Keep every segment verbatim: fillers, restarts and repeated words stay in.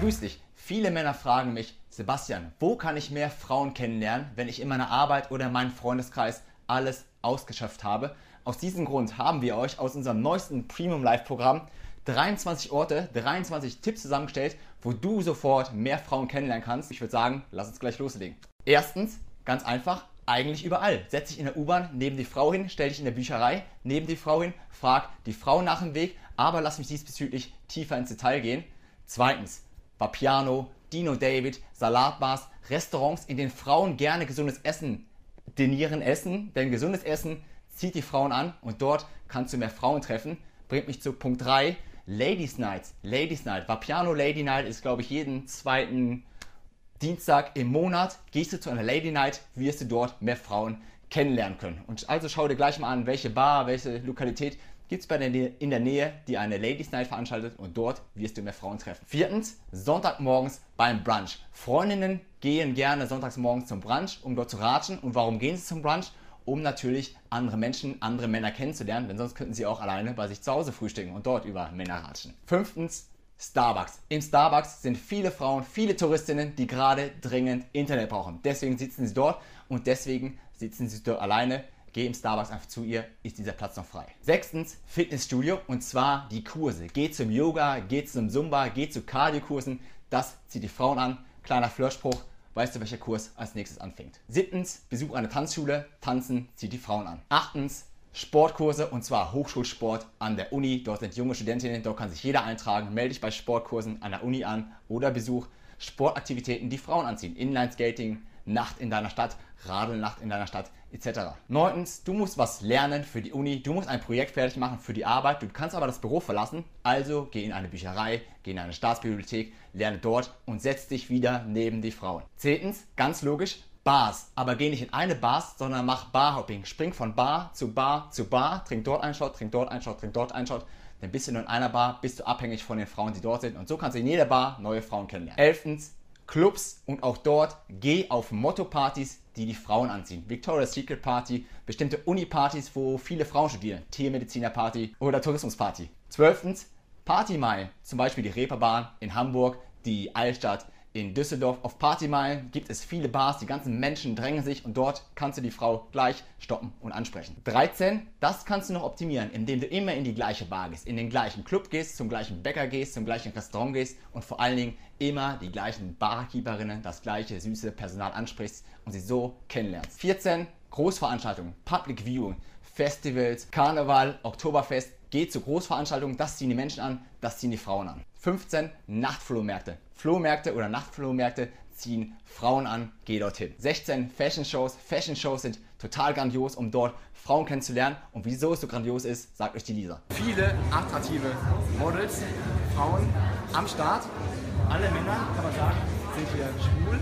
grüß dich. Viele Männer fragen mich, Sebastian, wo kann ich mehr Frauen kennenlernen, wenn ich in meiner Arbeit oder in meinem Freundeskreis alles ausgeschöpft habe? Aus diesem Grund haben wir euch aus unserem neuesten Premium Live Programm dreiundzwanzig Orte, dreiundzwanzig Tipps zusammengestellt, wo du sofort mehr Frauen kennenlernen kannst. Ich würde sagen, lass uns gleich loslegen. Erstens, ganz einfach, eigentlich überall. Setz dich in der U-Bahn neben die Frau hin, stell dich in der Bücherei neben die Frau hin, frag die Frau nach dem Weg, aber lass mich diesbezüglich tiefer ins Detail gehen. Zweitens, Vapiano, Dino David, Salatbars, Restaurants, in denen Frauen gerne gesundes Essen dinieren, essen, denn gesundes Essen zieht die Frauen an und dort kannst du mehr Frauen treffen. Bringt mich zu Punkt drei, Ladies Nights. Ladies Night, Vapiano Lady Night ist, glaube ich, jeden zweiten Dienstag im Monat. Gehst du zu einer Lady Night, wirst du dort mehr Frauen kennenlernen können. Und also schau dir gleich mal an, welche Bar, welche Lokalität gibt es in der Nähe, die eine Ladies Night veranstaltet, und dort wirst du mehr Frauen treffen. Viertens, Sonntagmorgens beim Brunch. Freundinnen gehen gerne sonntags morgens zum Brunch, um dort zu ratschen. Und warum gehen sie zum Brunch? Um natürlich andere Menschen, andere Männer kennenzulernen, denn sonst könnten sie auch alleine bei sich zu Hause frühstücken und dort über Männer ratschen. Fünftens, Starbucks. Im Starbucks sind viele Frauen, viele Touristinnen, die gerade dringend Internet brauchen. Deswegen sitzen sie dort und deswegen sitzen sie dort alleine. Geh im Starbucks einfach zu ihr, ist dieser Platz noch frei. Sechstens, Fitnessstudio, und zwar die Kurse. Geh zum Yoga, geh zum Zumba, geh zu Cardio-Kursen. Das zieht die Frauen an. Kleiner Flirtspruch. Weißt du, welcher Kurs als nächstes anfängt? Siebtens, Besuch einer Tanzschule. Tanzen zieht die Frauen an. Achtens, Sportkurse, und zwar Hochschulsport an der Uni. Dort sind junge Studentinnen, dort kann sich jeder eintragen. Melde dich bei Sportkursen an der Uni an oder besuch Sportaktivitäten, die Frauen anziehen. Inline-Skating, Nacht in deiner Stadt, Radelnacht in deiner Stadt, et cetera. Neuntens, du musst was lernen für die Uni, du musst ein Projekt fertig machen für die Arbeit, du kannst aber das Büro verlassen, also geh in eine Bücherei, geh in eine Staatsbibliothek, lerne dort und setz dich wieder neben die Frauen. Zehntens, ganz logisch, Bars, aber geh nicht in eine Bar, sondern mach Barhopping, spring von Bar zu Bar zu Bar, trink dort einen Shot, trink dort einen Shot, trink dort einen Shot. Dann bist du nur in einer Bar, bist du abhängig von den Frauen, die dort sind, und so kannst du in jeder Bar neue Frauen kennenlernen. Elftens, Clubs, und auch dort geh auf Motto-Partys, die die Frauen anziehen. Victoria's Secret Party, bestimmte Uni-Partys, wo viele Frauen studieren. Tiermediziner-Party oder Tourismus-Party. Zwölftens, Partymeilen, zum Beispiel die Reeperbahn in Hamburg, die Altstadt in Düsseldorf. Auf Partymeilen gibt es viele Bars, die ganzen Menschen drängen sich, und dort kannst du die Frau gleich stoppen und ansprechen. dreizehn, das kannst du noch optimieren, indem du immer in die gleiche Bar gehst, in den gleichen Club gehst, zum gleichen Bäcker gehst, zum gleichen Restaurant gehst und vor allen Dingen immer die gleichen Barkeeperinnen, das gleiche süße Personal ansprichst und sie so kennenlernst. vierzehn, Großveranstaltungen, Public Viewing, Festivals, Karneval, Oktoberfest. Geh zu Großveranstaltungen, das ziehen die Menschen an, das ziehen die Frauen an. fünfzehn, Nachtflohmärkte. Flohmärkte oder Nachtflohmärkte ziehen Frauen an, geh dorthin. sechzehn, Fashion Shows. Fashion Shows sind total grandios, um dort Frauen kennenzulernen. Und wieso es so grandios ist, sagt euch die Lisa. Viele attraktive Models, Frauen am Start. Alle Männer, kann man sagen, sind hier schwul.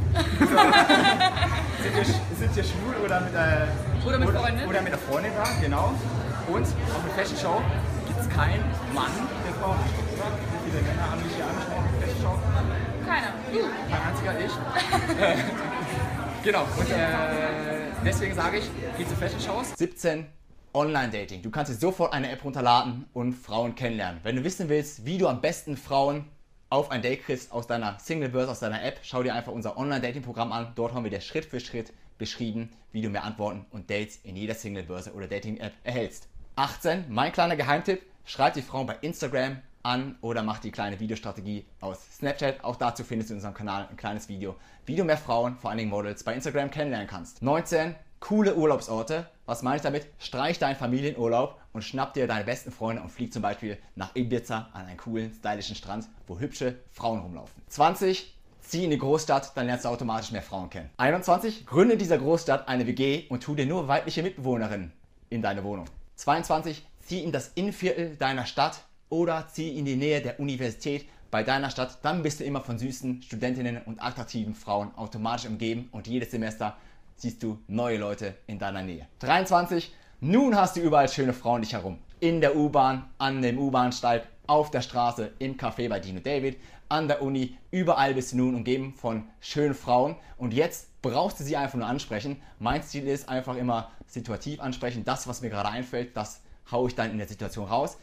sind, hier, sind hier schwul oder mit der oder mit Freundin. Oder mit der Freundin da, genau. Und auf der Fashion Show gibt es keinen Mann, der Frau angesprochen hat. Wie viele Männer haben mich hier angesprochen auf der Fashion Show? Keiner. Kein einziger, ich. Genau, und äh, deswegen sage ich, geh zu Fashion Shows. siebzehn, Online-Dating. Du kannst dir sofort eine App runterladen und Frauen kennenlernen. Wenn du wissen willst, wie du am besten Frauen auf ein Date kriegst aus deiner Single-Börse, aus deiner App, schau dir einfach unser Online-Dating-Programm an. Dort haben wir dir Schritt für Schritt beschrieben, wie du mehr Antworten und Dates in jeder Single-Börse oder Dating-App erhältst. achtzehn, mein kleiner Geheimtipp, schreib die Frauen bei Instagram an oder mach die kleine Videostrategie aus Snapchat. Auch dazu findest du in unserem Kanal ein kleines Video, wie du mehr Frauen, vor allen Dingen Models, bei Instagram kennenlernen kannst. neunzehn, coole Urlaubsorte. Was meine ich damit? Streich deinen Familienurlaub und schnapp dir deine besten Freunde und flieg zum Beispiel nach Ibiza an einen coolen, stylischen Strand, wo hübsche Frauen rumlaufen. zwanzig, zieh in die Großstadt, dann lernst du automatisch mehr Frauen kennen. einundzwanzig, gründe in dieser Großstadt eine W G und tu dir nur weibliche Mitbewohnerinnen in deine Wohnung. zweiundzwanzig, zieh in das Innenviertel deiner Stadt oder zieh in die Nähe der Universität bei deiner Stadt. Dann bist du immer von süßen Studentinnen und attraktiven Frauen automatisch umgeben und jedes Semester siehst du neue Leute in deiner Nähe. dreiundzwanzig, nun hast du überall schöne Frauen dich herum. In der U-Bahn, an dem U-Bahnsteig, auf der Straße, im Café bei Dino David, an der Uni, überall bist du nun umgeben von schönen Frauen und jetzt brauchst du sie einfach nur ansprechen. Mein Ziel ist einfach immer situativ ansprechen, das was mir gerade einfällt, das haue ich dann in der Situation raus.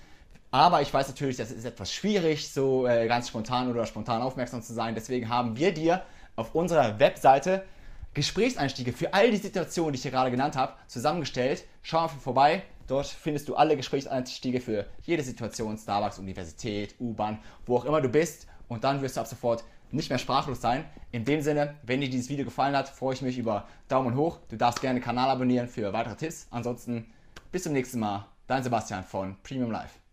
Aber ich weiß natürlich, das ist etwas schwierig, so äh, ganz spontan oder spontan aufmerksam zu sein. Deswegen haben wir dir auf unserer Webseite Gesprächseinstiege für all die Situationen, die ich hier gerade genannt habe, zusammengestellt. Schau einfach vorbei. Dort findest du alle Gesprächseinstiege für jede Situation, Starbucks, Universität, U-Bahn, wo auch immer du bist. Und dann wirst du ab sofort nicht mehr sprachlos sein. In dem Sinne, wenn dir dieses Video gefallen hat, freue ich mich über Daumen hoch. Du darfst gerne den Kanal abonnieren für weitere Tipps. Ansonsten bis zum nächsten Mal. Dein Sebastian von Premium Life.